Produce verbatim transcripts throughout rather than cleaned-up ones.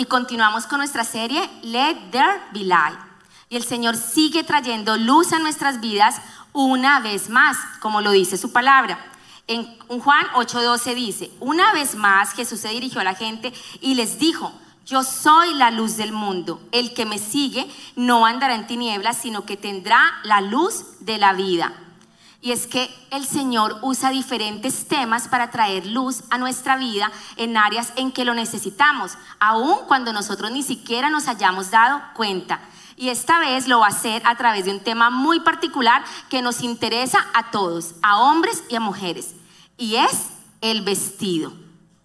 y continuamos con nuestra serie Let There Be Light. Y el Señor sigue trayendo luz a nuestras vidas una vez más, como lo dice su palabra. En Juan ocho doce dice: una vez más Jesús se dirigió a la gente y les dijo: yo soy la luz del mundo. El que me sigue no andará en tinieblas, sino que tendrá la luz de la vida. Y es que el Señor usa diferentes temas para traer luz a nuestra vida en áreas en que lo necesitamos, aun cuando nosotros ni siquiera nos hayamos dado cuenta. Y esta vez lo va a hacer a través de un tema muy particular que nos interesa a todos, a hombres y a mujeres, y es el vestido.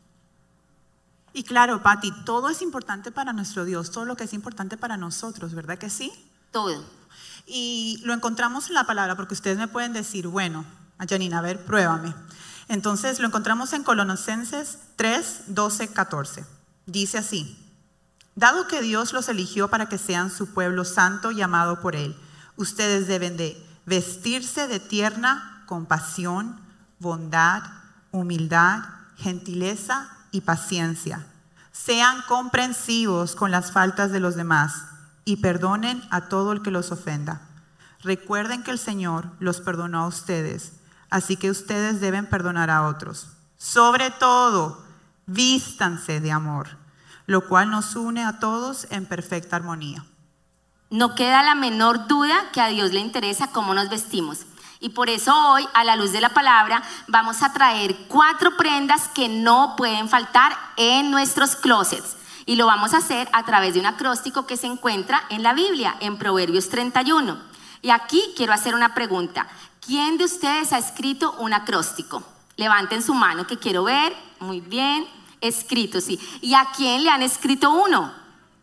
Y claro, Pati, todo es importante para nuestro Dios, todo lo que es importante para nosotros, ¿verdad que sí? Todo. Y lo encontramos en la palabra, porque ustedes me pueden decir, bueno, Janina, a ver, pruébame. Entonces lo encontramos en Colosenses tres, doce, catorce. Dice así: dado que Dios los eligió para que sean su pueblo santo y amado por Él, ustedes deben de vestirse de tierna compasión, bondad, humildad, gentileza y paciencia. Sean comprensivos con las faltas de los demás y perdonen a todo el que los ofenda. Recuerden que el Señor los perdonó a ustedes, así que ustedes deben perdonar a otros. Sobre todo, vístanse de amor, lo cual nos une a todos en perfecta armonía. No queda la menor duda que a Dios le interesa cómo nos vestimos. Y por eso hoy, a la luz de la palabra, vamos a traer cuatro prendas que no pueden faltar en nuestros closets. Y lo vamos a hacer a través de un acróstico que se encuentra en la Biblia, en Proverbios treinta y uno. Y aquí quiero hacer una pregunta. ¿Quién de ustedes ha escrito un acróstico? Levanten su mano que quiero ver. Muy bien, escrito, sí. ¿Y a quién le han escrito uno?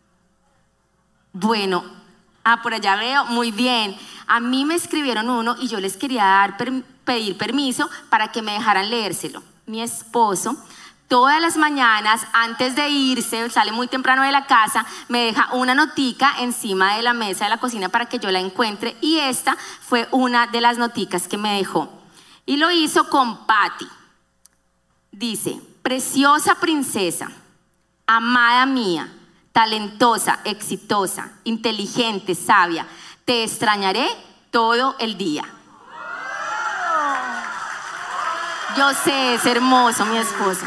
Bueno, ah, por allá veo, muy bien. A mí me escribieron uno y yo les quería dar, per, pedir permiso para que me dejaran leérselo. Mi esposo, todas las mañanas antes de irse, sale muy temprano de la casa, me deja una notica encima de la mesa de la cocina para que yo la encuentre, y esta fue una de las noticas que me dejó. Y lo hizo con Patti. Dice: preciosa princesa, amada mía, talentosa, exitosa, inteligente, sabia, te extrañaré todo el día. Yo sé, es hermoso mi esposo.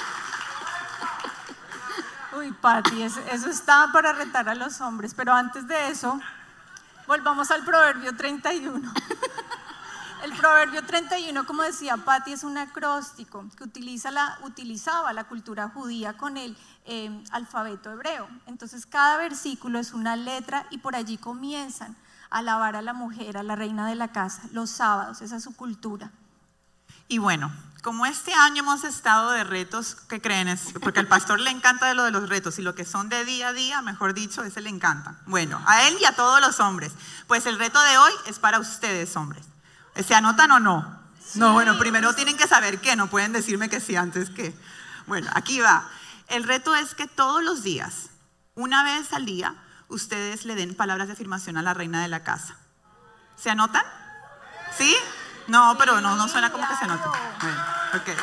Uy, Pati, eso, eso está para retar a los hombres, pero antes de eso, volvamos al Proverbio treinta y uno. El Proverbio treinta y uno, como decía Pati, es un acróstico que utiliza la, utilizaba la cultura judía con el eh, alfabeto hebreo. Entonces cada versículo es una letra y por allí comienzan a alabar a la mujer, a la reina de la casa, los sábados, esa es su cultura. Y bueno, como este año hemos estado de retos, ¿qué creen? Porque al pastor le encanta de lo de los retos, y lo que son de día a día, mejor dicho, ese le encanta. Bueno, a él y a todos los hombres. Pues el reto de hoy es para ustedes, hombres. ¿Se anotan o no? Sí. No, bueno, primero tienen que saber qué, no pueden decirme que sí antes que. Bueno, aquí va. El reto es que todos los días, una vez al día, ustedes le den palabras de afirmación a la reina de la casa. ¿Se anotan? ¿Sí? No, pero no, no suena como que se anotan. Bueno, okay.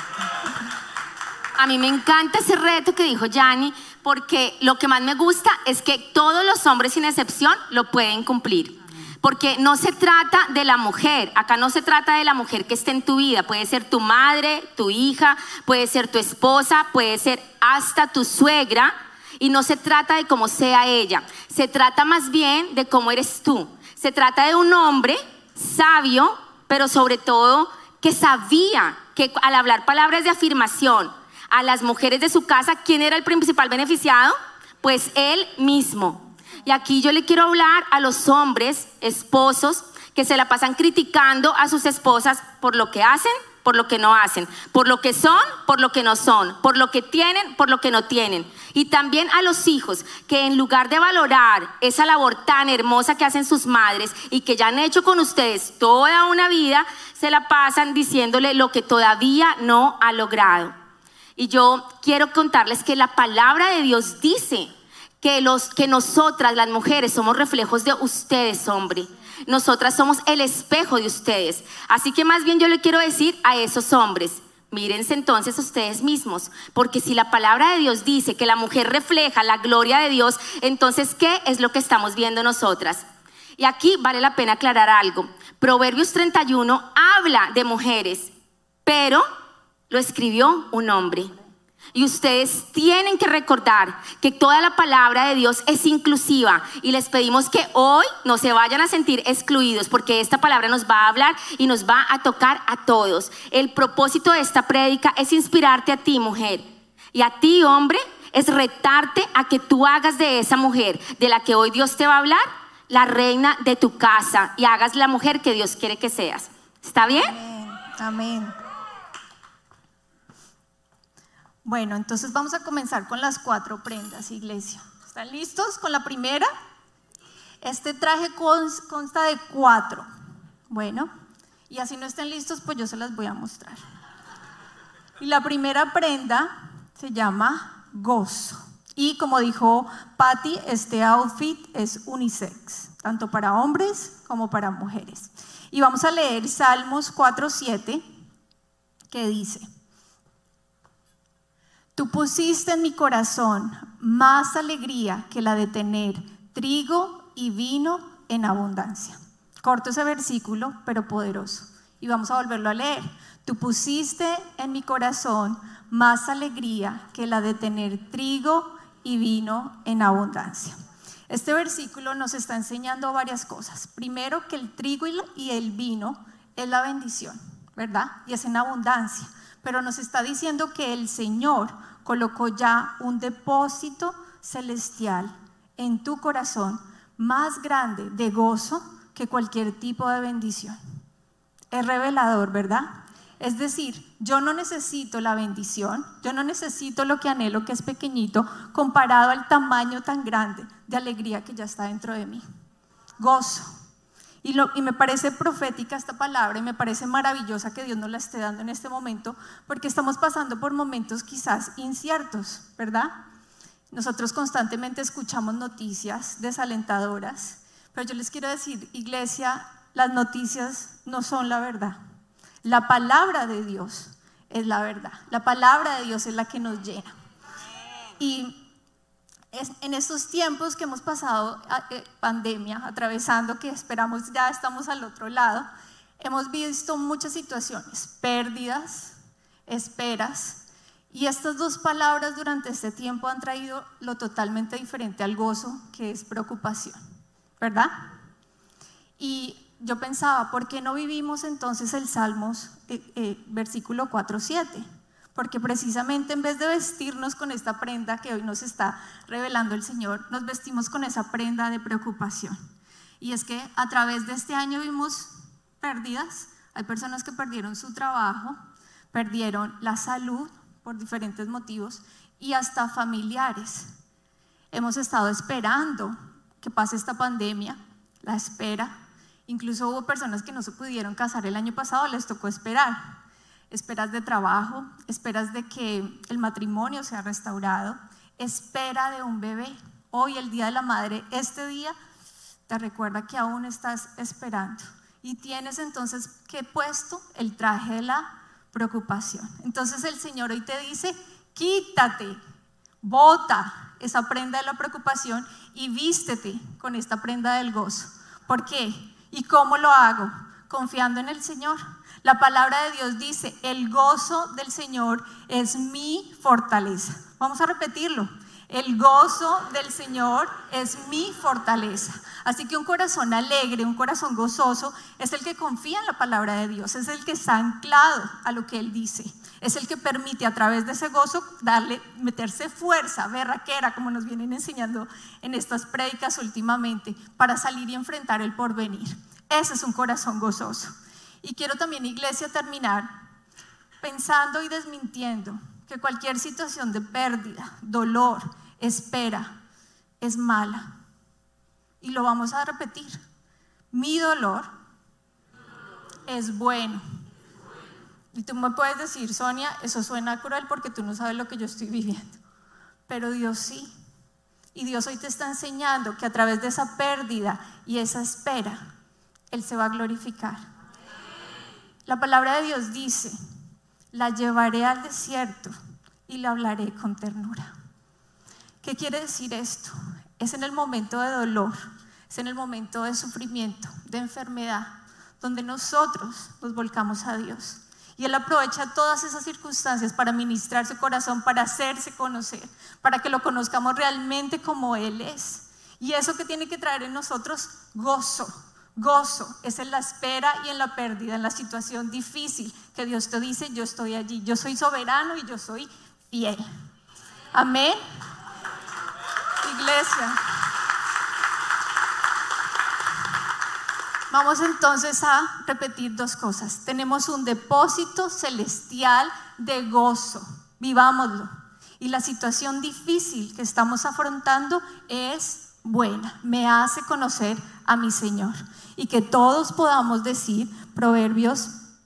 A mí me encanta ese reto que dijo Yanni, porque lo que más me gusta es que todos los hombres sin excepción lo pueden cumplir. Porque no se trata de la mujer, acá no se trata de la mujer que esté en tu vida, puede ser tu madre, tu hija, puede ser tu esposa, puede ser hasta tu suegra, y no se trata de cómo sea ella, se trata más bien de cómo eres tú. Se trata de un hombre sabio, pero sobre todo que sabía que al hablar palabras de afirmación a las mujeres de su casa, ¿quién era el principal beneficiado? Pues él mismo. Y aquí yo le quiero hablar a los hombres, esposos, que se la pasan criticando a sus esposas por lo que hacen, por lo que no hacen, por lo que son, por lo que no son, por lo que tienen, por lo que no tienen. Y también a los hijos, que en lugar de valorar esa labor tan hermosa que hacen sus madres y que ya han hecho con ustedes toda una vida, se la pasan diciéndole lo que todavía no ha logrado. Y yo quiero contarles que la palabra de Dios dice que, los, que nosotras las mujeres somos reflejos de ustedes, hombre. Nosotras somos el espejo de ustedes. Así que más bien yo le quiero decir a esos hombres: Mírense entonces ustedes mismos, porque si la palabra de Dios dice que la mujer refleja la gloria de Dios, entonces ¿qué es lo que estamos viendo nosotras? Y aquí vale la pena aclarar algo. Proverbios treinta y uno habla de mujeres, pero lo escribió un hombre. Y ustedes tienen que recordar que toda la palabra de Dios es inclusiva, y les pedimos que hoy no se vayan a sentir excluidos, porque esta palabra nos va a hablar y nos va a tocar a todos. El propósito de esta prédica es inspirarte a ti, mujer, y a ti, hombre, es retarte a que tú hagas de esa mujer de la que hoy Dios te va a hablar la reina de tu casa, y hagas la mujer que Dios quiere que seas. ¿Está bien? Amén. Amén. Bueno, entonces vamos a comenzar con las cuatro prendas, iglesia. ¿Están listos con la primera? Este traje consta de cuatro. Bueno, y así no estén listos, pues yo se las voy a mostrar. Y la primera prenda se llama gozo. Y como dijo Patty, este outfit es unisex, tanto para hombres como para mujeres. Y vamos a leer Salmos cuatro siete, que dice: Tú pusiste en mi corazón más alegría que la de tener trigo y vino en abundancia. Corto ese versículo, pero poderoso. Y vamos a volverlo a leer. Tú pusiste en mi corazón más alegría que la de tener trigo y vino en abundancia. Este versículo nos está enseñando varias cosas. Primero, que el trigo y el vino es la bendición, ¿verdad? Y es en abundancia. Pero nos está diciendo que el Señor colocó ya un depósito celestial en tu corazón más grande de gozo que cualquier tipo de bendición. Es revelador, ¿verdad? Es decir, yo no necesito la bendición, yo no necesito lo que anhelo, que es pequeñito, comparado al tamaño tan grande de alegría que ya está dentro de mí. Gozo. Y, lo, y me parece profética esta palabra, y me parece maravillosa que Dios nos la esté dando en este momento, porque estamos pasando por momentos quizás inciertos, ¿verdad? Nosotros constantemente escuchamos noticias desalentadoras, pero yo les quiero decir, iglesia, las noticias no son la verdad. La palabra de Dios es la verdad. La palabra de Dios es la que nos llena. Y es en estos tiempos que hemos pasado eh, pandemia, atravesando, que esperamos ya estamos al otro lado, hemos visto muchas situaciones, pérdidas, esperas, y estas dos palabras durante este tiempo han traído lo totalmente diferente al gozo, que es preocupación, ¿verdad? Y yo pensaba, ¿por qué no vivimos entonces el Salmos, eh, eh, versículo cuatro siete? Porque precisamente en vez de vestirnos con esta prenda que hoy nos está revelando el Señor, nos vestimos con esa prenda de preocupación. Y es que a través de este año vimos pérdidas. Hay personas que perdieron su trabajo, perdieron la salud por diferentes motivos, y hasta familiares. Hemos estado esperando que pase esta pandemia, la espera. Incluso hubo personas que no se pudieron casar el año pasado, les tocó esperar. Esperas de trabajo, esperas de que el matrimonio sea restaurado, espera de un bebé. Hoy, el Día de la Madre, este día te recuerda que aún estás esperando, y tienes entonces que puesto el traje de la preocupación. Entonces el Señor hoy te dice: quítate, bota esa prenda de la preocupación y vístete con esta prenda del gozo. ¿Por qué? ¿Y cómo lo hago? Confiando en el Señor. La palabra de Dios dice: el gozo del Señor es mi fortaleza. Vamos a repetirlo: el gozo del Señor es mi fortaleza. Así que un corazón alegre, un corazón gozoso, es el que confía en la palabra de Dios, es el que está anclado a lo que Él dice, es el que permite a través de ese gozo darle, meterse fuerza, berraquera, como nos vienen enseñando en estas prédicas últimamente, para salir y enfrentar el porvenir. Ese es un corazón gozoso. Y quiero también, iglesia, terminar pensando y desmintiendo que cualquier situación de pérdida, dolor, espera, es mala. Y lo vamos a repetir: mi dolor es bueno. Y tú me puedes decir: Sonia, eso suena cruel porque tú no sabes lo que yo estoy viviendo. Pero Dios sí. Y Dios hoy te está enseñando que a través de esa pérdida y esa espera, Él se va a glorificar. La palabra de Dios dice: La llevaré al desierto y le hablaré con ternura. ¿Qué quiere decir esto? Es en el momento de dolor, es en el momento de sufrimiento, de enfermedad, donde nosotros nos volcamos a Dios. Y Él aprovecha todas esas circunstancias para ministrar su corazón, para hacerse conocer, para que lo conozcamos realmente como Él es. Y eso que tiene que traer en nosotros gozo. Gozo es en la espera y en la pérdida, en la situación difícil, que Dios te dice: yo estoy allí, yo soy soberano y yo soy fiel. Amén. Iglesia, vamos entonces a repetir dos cosas. Tenemos un depósito celestial de gozo, vivámoslo. Y la situación difícil que estamos afrontando es buena, me hace conocer a mi Señor. Y que todos podamos decir Proverbios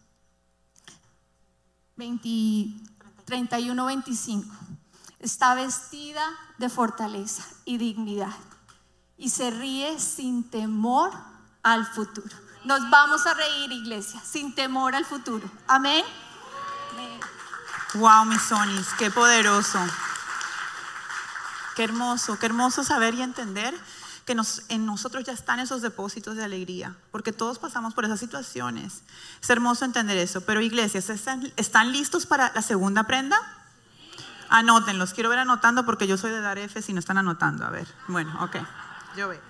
treinta y uno veinticinco. Está vestida de fortaleza y dignidad y se ríe sin temor al futuro. Nos vamos a reír, iglesia, sin temor al futuro. Amén. Amén. Wow, mis sonis, qué poderoso. Qué hermoso, qué hermoso saber y entender que nos, en nosotros ya están esos depósitos de alegría, porque todos pasamos por esas situaciones. Es hermoso entender eso. Pero iglesia, ¿están, ¿están listos para la segunda prenda? Anótenlos, quiero ver anotando porque yo soy de dar F si no están anotando. A ver, bueno, ok, yo veo.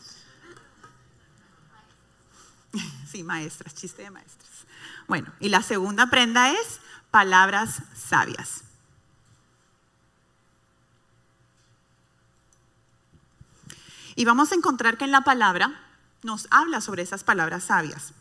Sí, maestras, chiste de maestras. Bueno, y la segunda prenda es palabras sabias. Y vamos a encontrar que en la palabra nos habla sobre esas palabras sabias.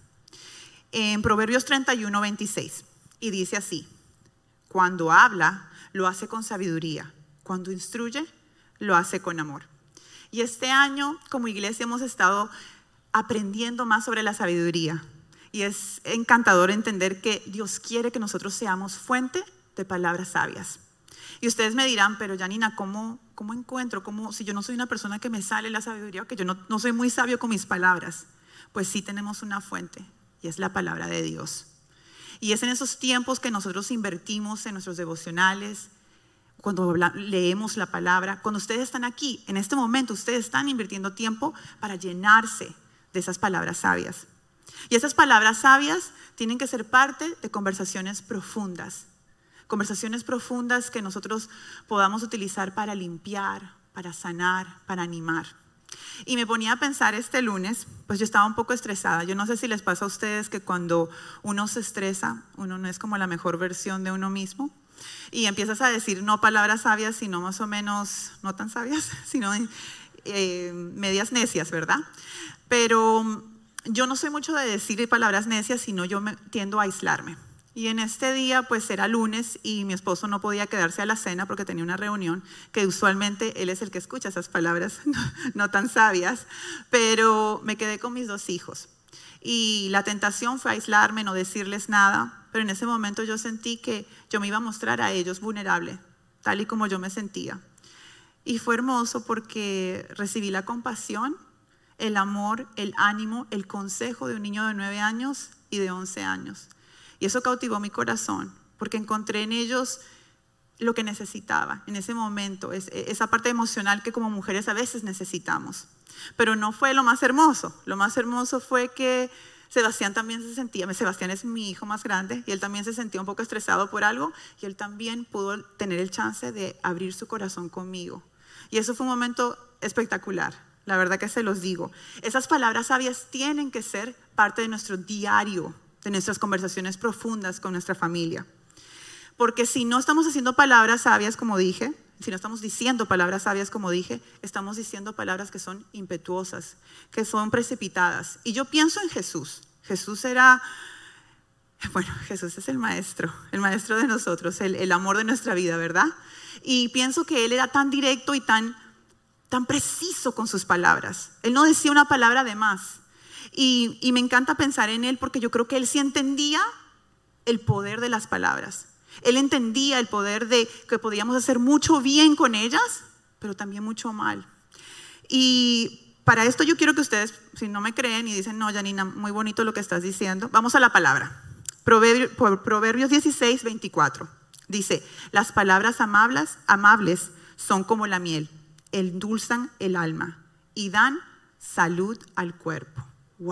En Proverbios treinta y uno veintiséis, y dice así: cuando habla, lo hace con sabiduría. Cuando instruye, lo hace con amor. Y este año, como iglesia, hemos estado aprendiendo más sobre la sabiduría. Y es encantador entender que Dios quiere que nosotros seamos fuente de palabras sabias. Y ustedes me dirán: pero Janina, ¿cómo, cómo encuentro? ¿Cómo, si yo no soy una persona que me sale la sabiduría, o que yo no, no soy muy sabio con mis palabras? Pues sí tenemos una fuente, y es la palabra de Dios. Y es en esos tiempos que nosotros invertimos en nuestros devocionales, cuando leemos la palabra. Cuando ustedes están aquí, en este momento, ustedes están invirtiendo tiempo para llenarse de esas palabras sabias. Y esas palabras sabias tienen que ser parte de conversaciones profundas. Conversaciones profundas que nosotros podamos utilizar para limpiar, para sanar, para animar. Y me ponía a pensar este lunes, pues yo estaba un poco estresada. Yo no sé si les pasa a ustedes que cuando uno se estresa, uno no es como la mejor versión de uno mismo. Y empiezas a decir no palabras sabias, sino más o menos, no tan sabias, sino eh, medias necias, ¿verdad? Pero yo no soy mucho de decir palabras necias, sino yo me, tiendo a aislarme. Y en este día pues era lunes y mi esposo no podía quedarse a la cena porque tenía una reunión, que usualmente él es el que escucha esas palabras no, no tan sabias, pero me quedé con mis dos hijos. Y la tentación fue aislarme, no decirles nada, pero en ese momento yo sentí que yo me iba a mostrar a ellos vulnerable, tal y como yo me sentía. Y fue hermoso porque recibí la compasión, el amor, el ánimo, el consejo de un niño de nueve años y de once años. Y eso cautivó mi corazón, porque encontré en ellos lo que necesitaba en ese momento, es, esa parte emocional que como mujeres a veces necesitamos. Pero no fue lo más hermoso. Lo más hermoso fue que Sebastián también se sentía, Sebastián es mi hijo más grande, y él también se sentía un poco estresado por algo, y él también pudo tener el chance de abrir su corazón conmigo. Y eso fue un momento espectacular, la verdad que se los digo. Esas palabras sabias tienen que ser parte de nuestro diario, de nuestras conversaciones profundas con nuestra familia. Porque si no estamos haciendo palabras sabias, como dije, si no estamos diciendo palabras sabias, como dije, estamos diciendo palabras que son impetuosas, que son precipitadas. Y yo pienso en Jesús. Jesús era, bueno, Jesús es el maestro, el maestro de nosotros, el, el amor de nuestra vida, ¿verdad? Y pienso que Él era tan directo y tan, tan preciso con sus palabras. Él no decía una palabra de más. Y, y me encanta pensar en Él porque yo creo que Él sí entendía el poder de las palabras. Él entendía el poder de que podíamos hacer mucho bien con ellas, pero también mucho mal. Y para esto yo quiero que ustedes, si no me creen y dicen, no, Janina, muy bonito lo que estás diciendo, vamos a la palabra. Proverbio, Proverbios dieciséis, veinticuatro. Dice, las palabras amables, amables son como la miel, endulzan el alma y dan salud al cuerpo. ¡Wow!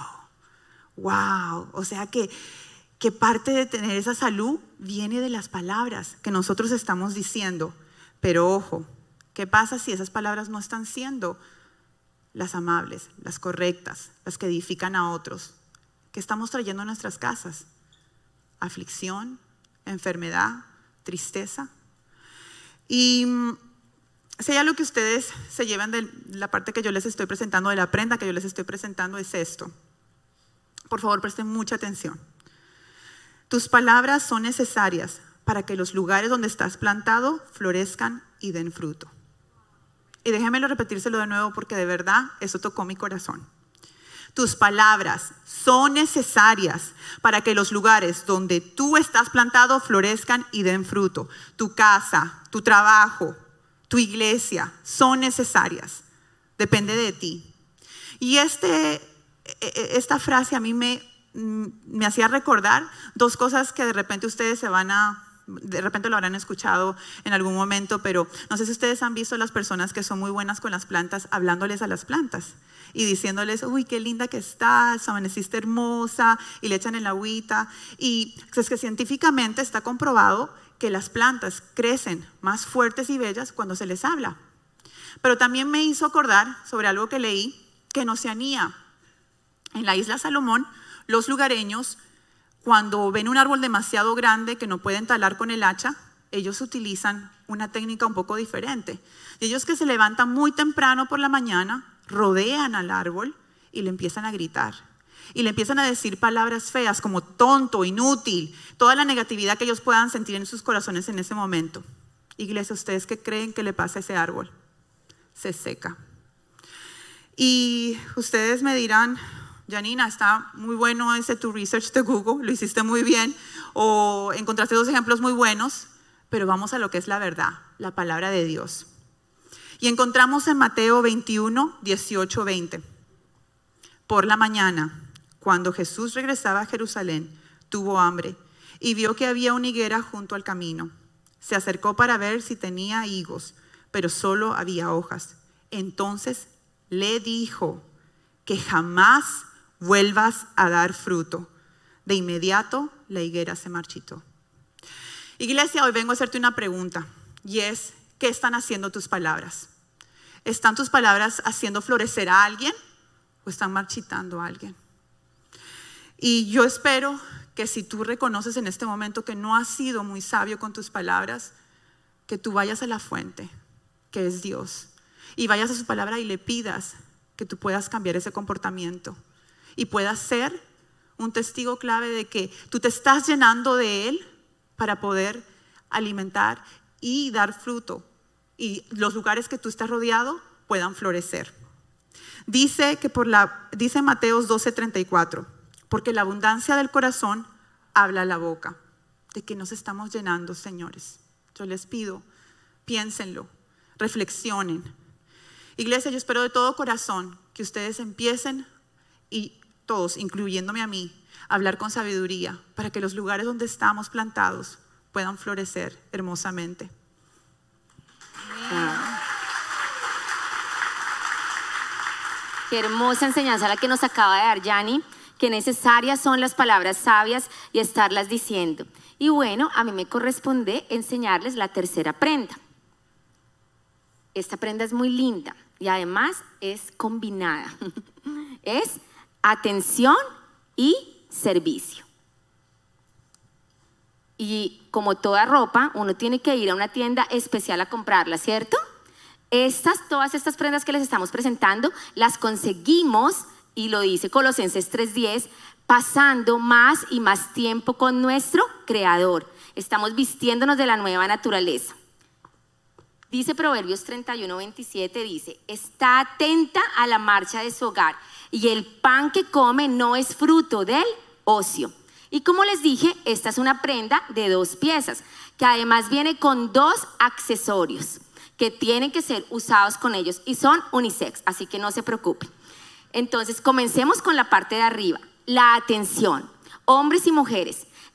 ¡Wow! O sea que, que parte de tener esa salud viene de las palabras que nosotros estamos diciendo. Pero ojo, ¿qué pasa si esas palabras no están siendo las amables, las correctas, las que edifican a otros? ¿Qué estamos trayendo a nuestras casas? Aflicción, enfermedad, tristeza. Y si hay algo que ustedes se llevan de la parte que yo les estoy presentando, de la prenda que yo les estoy presentando, es esto. Por favor, presten mucha atención. Tus palabras son necesarias para que los lugares donde estás plantado florezcan y den fruto. Y déjenmelo repetírselo de nuevo porque de verdad eso tocó mi corazón. Tus palabras son necesarias para que los lugares donde tú estás plantado florezcan y den fruto. Tu casa, tu trabajo, tu iglesia son necesarias. Depende de ti. Y este, esta frase a mí me, me hacía recordar dos cosas que de repente ustedes se van a... De repente lo habrán escuchado en algún momento, pero no sé si ustedes han visto las personas que son muy buenas con las plantas, hablándoles a las plantas y diciéndoles, uy, qué linda que estás, amaneciste hermosa, y le echan el agüita. Y es que científicamente está comprobado que las plantas crecen más fuertes y bellas cuando se les habla. Pero también me hizo acordar sobre algo que leí, que en Oceanía, en la isla Salomón, los lugareños, cuando ven un árbol demasiado grande que no pueden talar con el hacha, ellos utilizan una técnica un poco diferente. Y ellos que se levantan muy temprano por la mañana, rodean al árbol y le empiezan a gritar. Y le empiezan a decir palabras feas como tonto, inútil, toda la negatividad que ellos puedan sentir en sus corazones en ese momento. Iglesia, ¿ustedes qué creen que le pasa a ese árbol? Se seca. Y ustedes me dirán, Janina, está muy bueno ese tu research de Google, lo hiciste muy bien, o encontraste dos ejemplos muy buenos, pero vamos a lo que es la verdad, la palabra de Dios. Y encontramos en Mateo veintiuno, dieciocho, veinte. Por la mañana, cuando Jesús regresaba a Jerusalén, tuvo hambre y vio que había una higuera junto al camino. Se acercó para ver si tenía higos, pero solo había hojas. Entonces le dijo que jamás vuelvas a dar fruto. De inmediato la higuera se marchitó. Iglesia, hoy vengo a hacerte una pregunta y es, ¿qué están haciendo tus palabras? ¿Están tus palabras haciendo florecer a alguien o están marchitando a alguien? Y yo espero que si tú reconoces en este momento que no has sido muy sabio con tus palabras, que tú vayas a la fuente, que es Dios, y vayas a su palabra y le pidas que tú puedas cambiar ese comportamiento y puedas ser un testigo clave de que tú te estás llenando de Él para poder alimentar y dar fruto y los lugares que tú estás rodeado puedan florecer. Dice que por la, dice Mateos doce, treinta y cuatro, porque la abundancia del corazón habla la boca. ¿De qué nos estamos llenando, señores? Yo les pido, piénsenlo, reflexionen. Iglesia, yo espero de todo corazón que ustedes empiecen, y todos, incluyéndome a mí, a hablar con sabiduría para que los lugares donde estamos plantados puedan florecer hermosamente. Ah. Qué hermosa enseñanza la que nos acaba de dar Yani, que necesarias son las palabras sabias y estarlas diciendo. Y bueno, a mí me corresponde enseñarles la tercera prenda. Esta prenda es muy linda y además es combinada. Es atención y servicio. Y como toda ropa, uno tiene que ir a una tienda especial a comprarla, ¿cierto? Estas, todas estas prendas que les estamos presentando, las conseguimos, y lo dice Colosenses tres diez, pasando más y más tiempo con nuestro Creador. Estamos vistiéndonos de la nueva naturaleza. Dice Proverbios treinta y uno, veintisiete, dice, está atenta a la marcha de su hogar y el pan que come no es fruto del ocio. Y como les dije, esta es una prenda de dos piezas, que además viene con dos accesorios que tienen que ser usados con ellos y son unisex, así que no se preocupen. Entonces comencemos con la parte de arriba, la atención. Hombres y mujeres,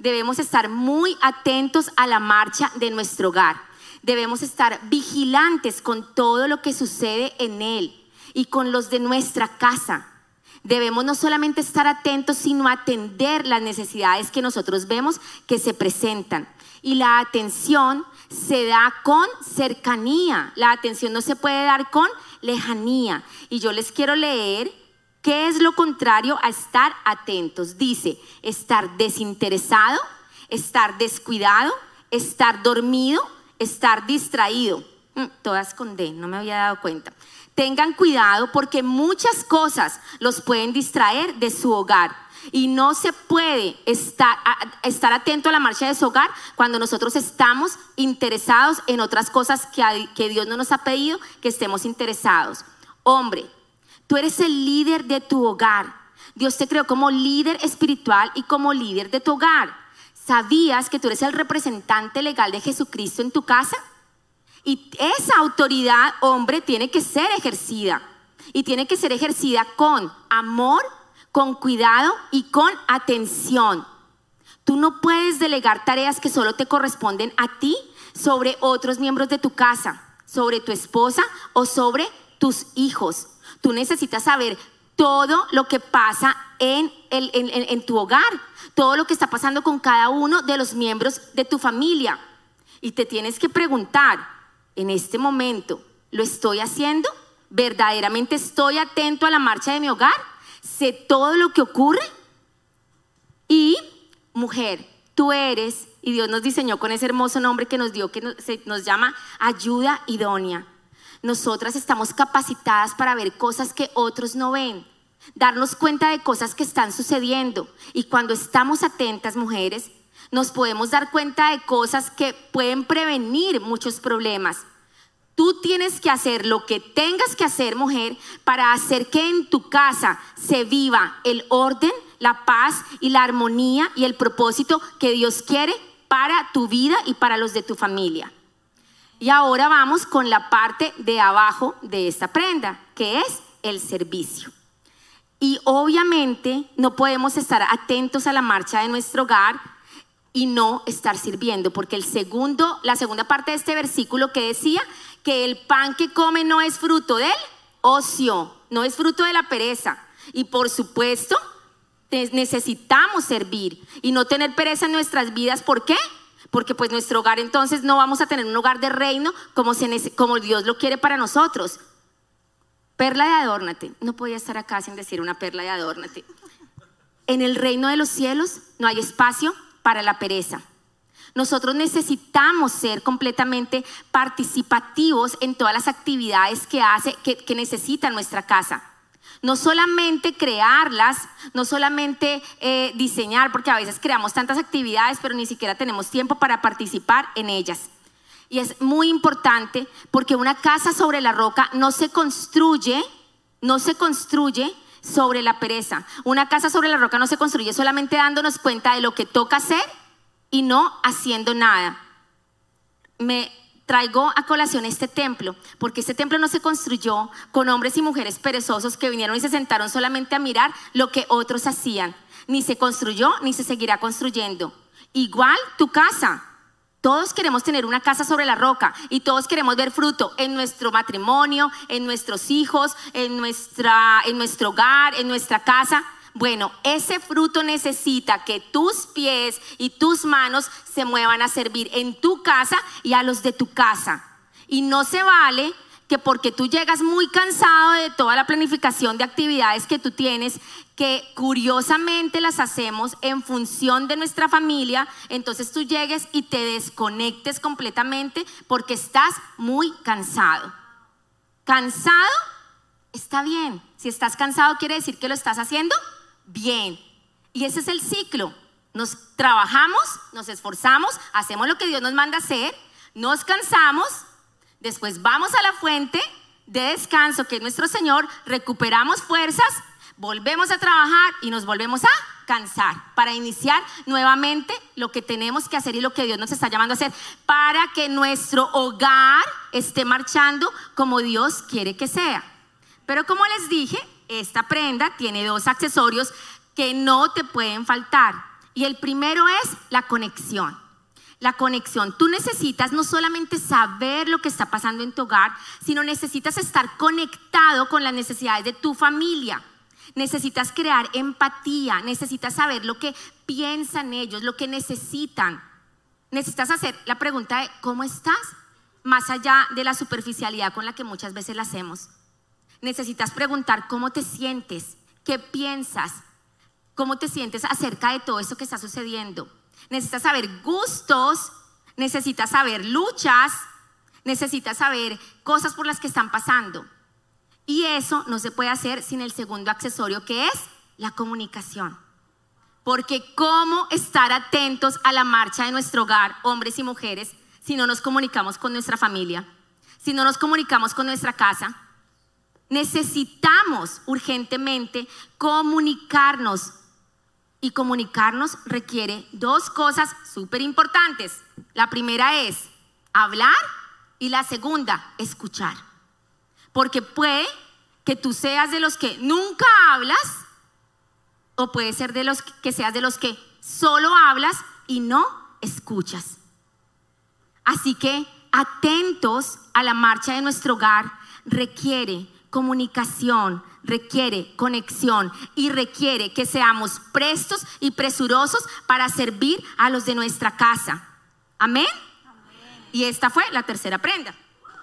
debemos estar muy atentos a la marcha de nuestro hogar. Debemos estar vigilantes con todo lo que sucede en él y con los de nuestra casa. Debemos no solamente estar atentos, sino atender las necesidades que nosotros vemos que se presentan. Y la atención se da con cercanía. La atención no se puede dar con lejanía. Y yo les quiero leer qué es lo contrario a estar atentos. Dice, estar desinteresado, estar descuidado, estar dormido, estar distraído. Mm, todas con D, no me había dado cuenta. Tengan cuidado porque muchas cosas los pueden distraer de su hogar. Y no se puede estar, a, estar atento a la marcha de su hogar cuando nosotros estamos interesados en otras cosas que, a, que Dios no nos ha pedido que estemos interesados. Hombre, tú eres el líder de tu hogar. Dios te creó como líder espiritual y como líder de tu hogar. ¿Sabías que tú eres el representante legal de Jesucristo en tu casa? Y esa autoridad, hombre, tiene que ser ejercida. Y tiene que ser ejercida con amor, con cuidado y con atención. Tú no puedes delegar tareas que solo te corresponden a ti sobre otros miembros de tu casa, sobre tu esposa o sobre tus hijos. Tú necesitas saber todo lo que pasa en, el, en, en, en tu hogar, todo lo que está pasando con cada uno de los miembros de tu familia. Y te tienes que preguntar, en este momento, ¿lo estoy haciendo? ¿Verdaderamente estoy atento a la marcha de mi hogar? ¿Sé todo lo que ocurre? Y, mujer, tú eres, y Dios nos diseñó con ese hermoso nombre que nos dio, que nos, se, nos llama ayuda idónea. Nosotras estamos capacitadas para ver cosas que otros no ven, darnos cuenta de cosas que están sucediendo. Y cuando estamos atentas, mujeres, nos podemos dar cuenta de cosas que pueden prevenir muchos problemas. Tú tienes que hacer lo que tengas que hacer, mujer, para hacer que en tu casa se viva el orden, la paz y la armonía y el propósito que Dios quiere para tu vida y para los de tu familia. Y ahora vamos con la parte de abajo de esta prenda, que es el servicio. Y obviamente no podemos estar atentos a la marcha de nuestro hogar y no estar sirviendo, porque el segundo, la segunda parte de este versículo que decía que el pan que come no es fruto del ocio, no es fruto de la pereza. Y por supuesto necesitamos servir y no tener pereza en nuestras vidas. ¿Por qué? Porque pues nuestro hogar entonces no vamos a tener un hogar de reino como, se, como Dios lo quiere para nosotros. Perla de adórnate, no podía estar acá sin decir una perla de adórnate. En el reino de los cielos no hay espacio para la pereza. Nosotros necesitamos ser completamente participativos en todas las actividades que hace, que, que necesita nuestra casa. No solamente crearlas, no solamente eh, diseñar, porque a veces creamos tantas actividades, pero ni siquiera tenemos tiempo para participar en ellas. Y es muy importante porque una casa sobre la roca no se construye, no se construye sobre la pereza. Una casa sobre la roca no se construye solamente dándonos cuenta de lo que toca hacer y no haciendo nada. Me traigo a colación este templo, porque este templo no se construyó con hombres y mujeres perezosos que vinieron y se sentaron solamente a mirar lo que otros hacían. Ni se construyó, ni se seguirá construyendo. Igual tu casa. Todos queremos tener una casa sobre la roca y todos queremos ver fruto en nuestro matrimonio, en nuestros hijos, en, nuestra, en nuestro hogar, en nuestra casa. Bueno, ese fruto necesita que tus pies y tus manos se muevan a servir en tu casa y a los de tu casa. Y no se vale que porque tú llegas muy cansado de toda la planificación de actividades que tú tienes, que curiosamente las hacemos en función de nuestra familia, entonces tú llegues y te desconectes completamente porque estás muy cansado. ¿Cansado? Está bien. Si estás cansado quiere decir que lo estás haciendo bien. Y ese es el ciclo. Nos trabajamos, nos esforzamos, hacemos lo que Dios nos manda hacer, nos cansamos, después vamos a la fuente de descanso que es nuestro Señor, recuperamos fuerzas, volvemos a trabajar y nos volvemos a cansar para iniciar nuevamente lo que tenemos que hacer y lo que Dios nos está llamando a hacer para que nuestro hogar esté marchando como Dios quiere que sea. Pero como les dije, esta prenda tiene dos accesorios que no te pueden faltar. Y el primero es la conexión. La conexión. Tú necesitas no solamente saber lo que está pasando en tu hogar, sino necesitas estar conectado con las necesidades de tu familia. Necesitas crear empatía, necesitas saber lo que piensan ellos, lo que necesitan. Necesitas hacer la pregunta de ¿cómo estás? Más allá de la superficialidad con la que muchas veces la hacemos. Necesitas preguntar cómo te sientes, qué piensas, cómo te sientes acerca de todo esto que está sucediendo. Necesitas saber gustos, necesitas saber luchas, necesitas saber cosas por las que están pasando. Y eso no se puede hacer sin el segundo accesorio, que es la comunicación. Porque ¿cómo estar atentos a la marcha de nuestro hogar, hombres y mujeres, si no nos comunicamos con nuestra familia, si no nos comunicamos con nuestra casa? Necesitamos urgentemente comunicarnos. Y comunicarnos requiere dos cosas súper importantes. La primera es hablar y la segunda, escuchar. Porque puede que tú seas de los que nunca hablas o puede ser de los que seas de los que solo hablas y no escuchas. Así que atentos a la marcha de nuestro hogar requiere comunicación, requiere conexión y requiere que seamos prestos y presurosos para servir a los de nuestra casa. ¿Amén? Amén. Y esta fue la tercera prenda.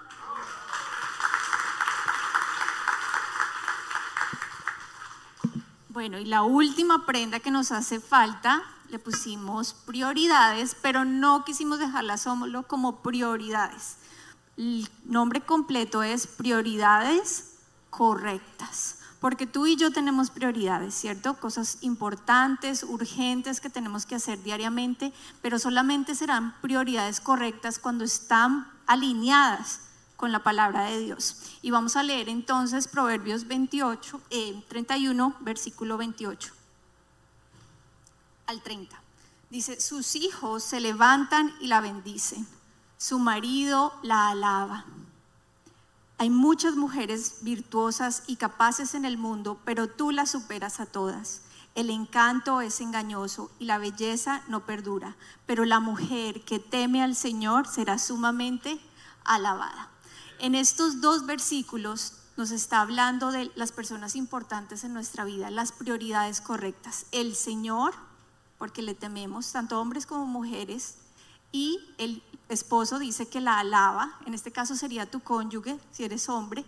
Bueno, y la última prenda que nos hace falta, le pusimos prioridades, pero no quisimos dejarla solo como prioridades. El nombre completo es prioridades correctas, porque tú y yo tenemos prioridades, ¿cierto? Cosas importantes, urgentes que tenemos que hacer diariamente, pero solamente serán prioridades correctas cuando están alineadas con la palabra de Dios. Y vamos a leer entonces Proverbios veintiocho, eh, treinta y uno, versículo veintiocho al treinta. Dice: sus hijos se levantan y la bendicen, su marido la alaba. Hay muchas mujeres virtuosas y capaces en el mundo, pero tú las superas a todas. El encanto es engañoso y la belleza no perdura, pero la mujer que teme al Señor será sumamente alabada. En estos dos versículos nos está hablando de las personas importantes en nuestra vida, las prioridades correctas. El Señor, porque le tememos, tanto hombres como mujeres, y el esposo dice que la alaba, en este caso sería tu cónyuge, si eres hombre,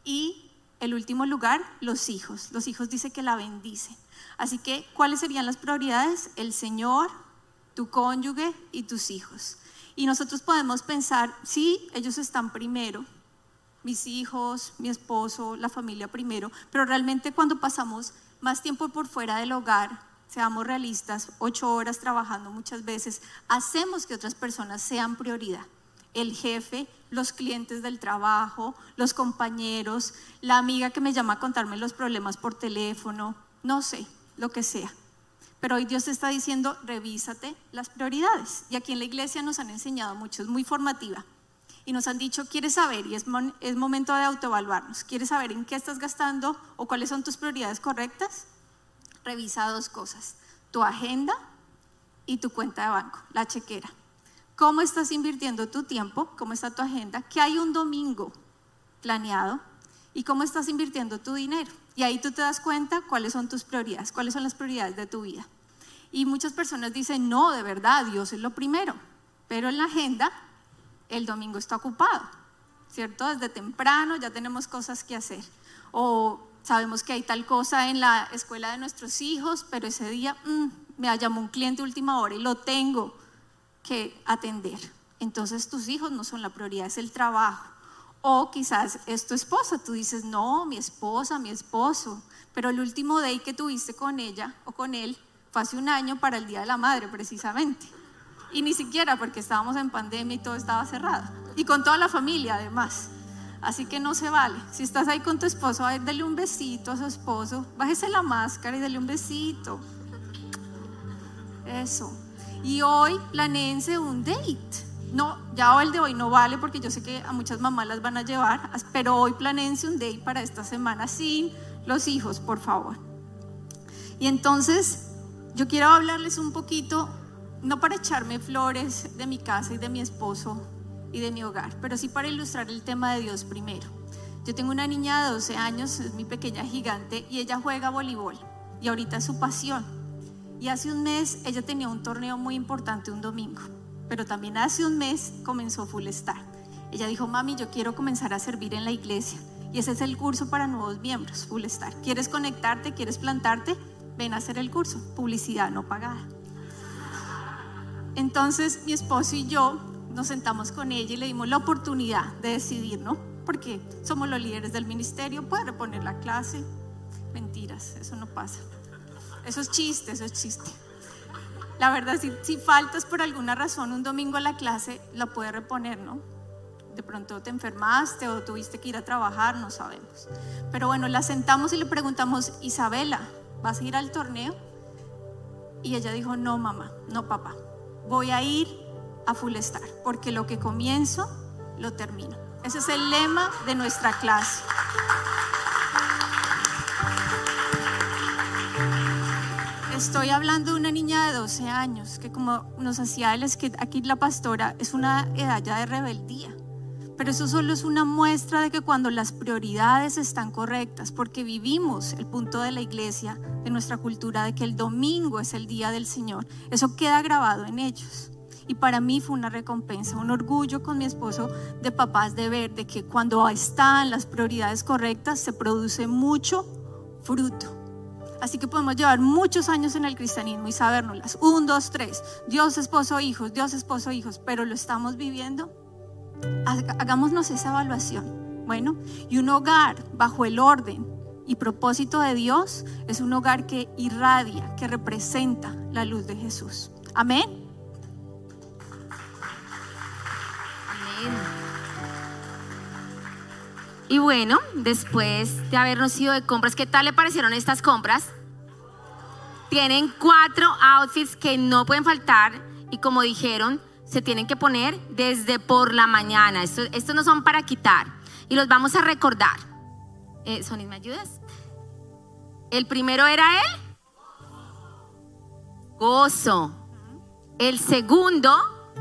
y el último lugar, los hijos. Los hijos dice que la bendicen. Así que, ¿cuáles serían las prioridades? El Señor, tu cónyuge y tus hijos. Y nosotros podemos pensar, sí, ellos están primero, mis hijos, mi esposo, la familia primero, pero realmente cuando pasamos más tiempo por fuera del hogar, seamos realistas, ocho horas trabajando muchas veces, hacemos que otras personas sean prioridad. El jefe, los clientes del trabajo, los compañeros, la amiga que me llama a contarme los problemas por teléfono, no sé, lo que sea. Pero hoy Dios te está diciendo, revísate las prioridades. Y aquí en la iglesia nos han enseñado mucho, es muy formativa. Y nos han dicho, ¿quieres saber? Y es, mon- es momento de autoevaluarnos. ¿Quieres saber en qué estás gastando o cuáles son tus prioridades correctas? Revisa dos cosas, tu agenda y tu cuenta de banco, la chequera. ¿Cómo estás invirtiendo tu tiempo? ¿Cómo está tu agenda? ¿Qué hay un domingo planeado? ¿Y cómo estás invirtiendo tu dinero? Y ahí tú te das cuenta cuáles son tus prioridades, cuáles son las prioridades de tu vida. Y muchas personas dicen, no, de verdad, Dios es lo primero. Pero en la agenda, el domingo está ocupado, ¿cierto? Desde temprano ya tenemos cosas que hacer. O sabemos que hay tal cosa en la escuela de nuestros hijos, pero ese día mmm, me llamó un cliente última hora y lo tengo que atender. Entonces tus hijos no son la prioridad, es el trabajo. O quizás es tu esposa, tú dices, no, mi esposa, mi esposo, pero el último day que tuviste con ella o con él fue hace un año para el Día de la Madre precisamente. Y ni siquiera porque estábamos en pandemia y todo estaba cerrado. Y con toda la familia además. Así que no se vale. Si estás ahí con tu esposo, dale un besito a su esposo, bájese la máscara y dale un besito. Eso. Y hoy planéense un date. No, ya el de hoy no vale porque yo sé que a muchas mamás las van a llevar, pero hoy planéense un date para esta semana sin los hijos, por favor. Y entonces yo quiero hablarles un poquito, no para echarme flores de mi casa y de mi esposo y de mi hogar, pero sí para ilustrar el tema de Dios primero. Yo tengo una niña de doce años, es mi pequeña gigante, y ella juega voleibol y ahorita es su pasión. Y hace un mes ella tenía un torneo muy importante un domingo, pero también hace un mes comenzó Full Start. Ella dijo: mami, yo quiero comenzar a servir en la iglesia, y ese es el curso para nuevos miembros, Full Start. ¿Quieres conectarte? ¿Quieres plantarte? Ven a hacer el curso, publicidad no pagada. Entonces mi esposo y yo nos sentamos con ella y le dimos la oportunidad de decidir, ¿no? Porque somos los líderes del ministerio, puede reponer la clase. Mentiras, eso no pasa. Eso es chiste, eso es chiste. La verdad, si, si faltas por alguna razón un domingo a la clase, la puede reponer, ¿no? De pronto te enfermaste o tuviste que ir a trabajar, no sabemos. Pero bueno, la sentamos y le preguntamos: Isabela, ¿vas a ir al torneo? Y ella dijo: no, mamá, no, papá, voy a ir a Full Start, porque lo que comienzo, lo termino. Ese es el lema de nuestra clase. Estoy hablando de una niña de doce años, que como nos hacía el sketch aquí la pastora, es una edad ya de rebeldía. Pero eso solo es una muestra de que cuando las prioridades están correctas, porque vivimos el punto de la iglesia, de nuestra cultura, de que el domingo es el día del Señor, eso queda grabado en ellos. Y para mí fue una recompensa, un orgullo con mi esposo de papás de ver de que cuando están las prioridades correctas se produce mucho fruto. Así que podemos llevar muchos años en el cristianismo y sabérnoslas, un, dos, tres, Dios, esposo, hijos, Dios, esposo, hijos, pero ¿lo estamos viviendo? Hagámonos esa evaluación. Bueno, y un hogar bajo el orden y propósito de Dios es un hogar que irradia, que representa la luz de Jesús. Amén. Amén. Y bueno, después de habernos ido de compras, ¿qué tal le parecieron estas compras? Tienen cuatro outfits que no pueden faltar y, como dijeron, se tienen que poner desde por la mañana. Estos, estos no son para quitar y los vamos a recordar. eh, Sonis, ¿me ayudas? El primero era el gozo. El segundo,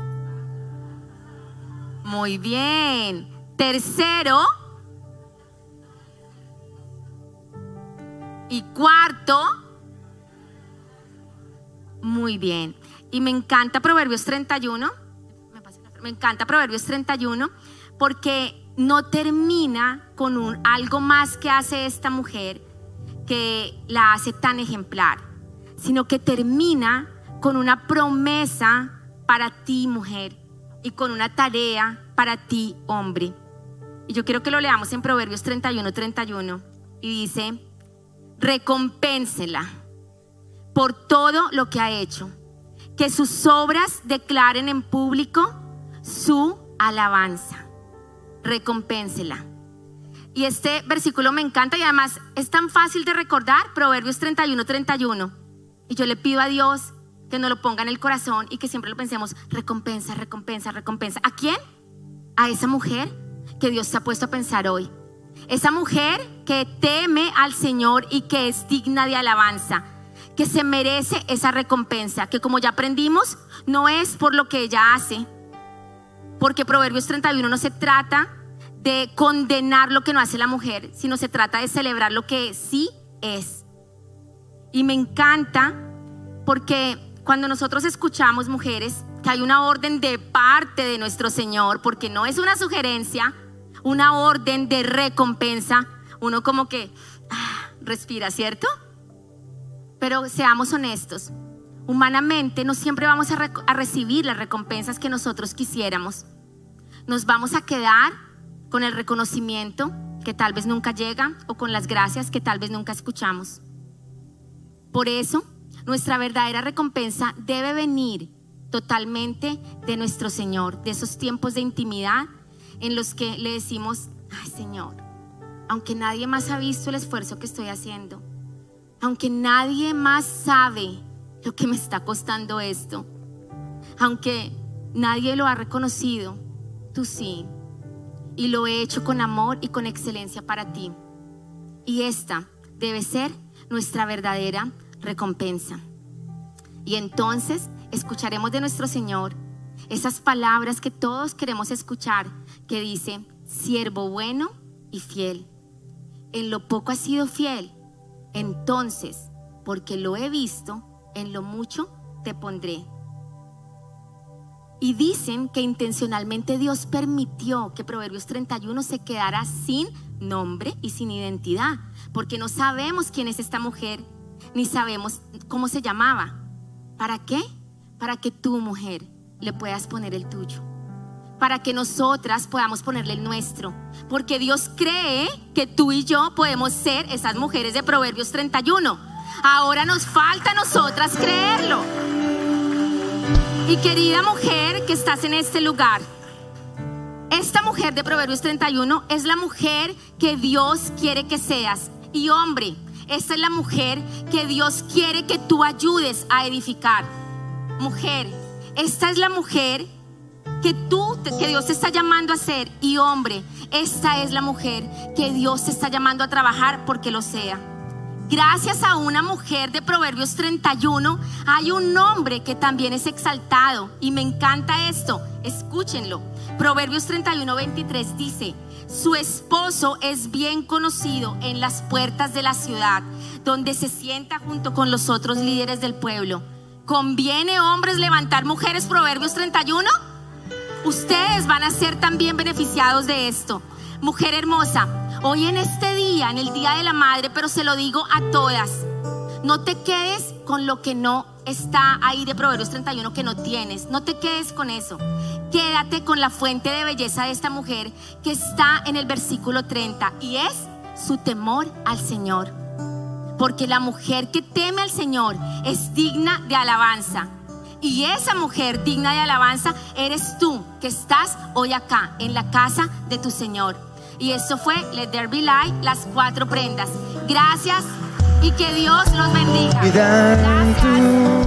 muy bien. Tercero y cuarto, muy bien. Y me encanta Proverbios treinta y uno. Me encanta Proverbios treinta y uno porque no termina con un algo más que hace esta mujer que la hace tan ejemplar, sino que termina con una promesa para ti, mujer, y con una tarea para ti, hombre. Y yo quiero que lo leamos en Proverbios treinta y uno, treinta y uno. Y dice: recompénsela por todo lo que ha hecho, que sus obras declaren en público su alabanza. Recompénsela. Y este versículo me encanta y además es tan fácil de recordar. Proverbios treinta y uno, treinta y uno. Y yo le pido a Dios que nos lo ponga en el corazón y que siempre lo pensemos: recompensa, recompensa, recompensa. ¿A quién? A esa mujer que Dios te ha puesto a pensar hoy. Esa mujer que teme al Señor y que es digna de alabanza, que se merece esa recompensa, que, como ya aprendimos, no es por lo que ella hace, porque Proverbios treinta y uno no se trata de condenar lo que no hace la mujer, sino se trata de celebrar lo que sí es. Y me encanta porque cuando nosotros escuchamos, mujeres, que hay una orden de parte de nuestro Señor, porque no es una sugerencia, una orden de recompensa, uno como que ah, respira, ¿cierto? Pero seamos honestos, humanamente no siempre vamos a, re- a recibir las recompensas que nosotros quisiéramos. Nos vamos a quedar con el reconocimiento que tal vez nunca llega o con las gracias que tal vez nunca escuchamos. Por eso, nuestra verdadera recompensa debe venir totalmente de nuestro Señor, de esos tiempos de intimidad en los que le decimos: ay, Señor, aunque nadie más ha visto el esfuerzo que estoy haciendo, aunque nadie más sabe lo que me está costando esto, aunque nadie lo ha reconocido, tú sí, y lo he hecho con amor y con excelencia para ti. Y esta debe ser nuestra verdadera recompensa. Y entonces escucharemos de nuestro Señor esas palabras que todos queremos escuchar, que dice: siervo bueno y fiel, en lo poco has sido fiel, entonces, porque lo he visto, en lo mucho te pondré. Y dicen que intencionalmente Dios permitió que Proverbios treinta y uno se quedara sin nombre y sin identidad, porque no sabemos quién es esta mujer, ni sabemos cómo se llamaba. ¿Para qué? Para que tú, mujer, le puedas poner el tuyo, para que nosotras podamos ponerle el nuestro, porque Dios cree que tú y yo podemos ser esas mujeres de Proverbios treinta y uno. Ahora nos falta a nosotras creerlo. Y querida mujer que estás en este lugar, esta mujer de Proverbios treinta y uno es la mujer que Dios quiere que seas. Y hombre, esta es la mujer que Dios quiere que tú ayudes a edificar. Mujer, esta es la mujer que tú, que Dios te está llamando a ser. Y hombre, esta es la mujer que Dios te está llamando a trabajar porque lo sea. Gracias a una mujer de Proverbios treinta y uno hay un hombre que también es exaltado, y me encanta esto, escúchenlo. Proverbios treinta y uno, veintitrés dice: su esposo es bien conocido en las puertas de la ciudad, donde se sienta junto con los otros líderes del pueblo. ¿Conviene, hombres, levantar mujeres? Proverbios treinta y uno. Ustedes van a ser también beneficiados de esto. Mujer hermosa, hoy en este día, en el Día de la Madre, pero se lo digo a todas, no te quedes con lo que no está ahí de Proverbios treinta y uno, que no tienes. No te quedes con eso. Quédate con la fuente de belleza de esta mujer que está en el versículo treinta, y es su temor al Señor. Porque la mujer que teme al Señor es digna de alabanza. Y esa mujer digna de alabanza eres tú, que estás hoy acá en la casa de tu Señor. Y eso fue Let There Be Light, las cuatro prendas. Gracias y que Dios los bendiga. Gracias.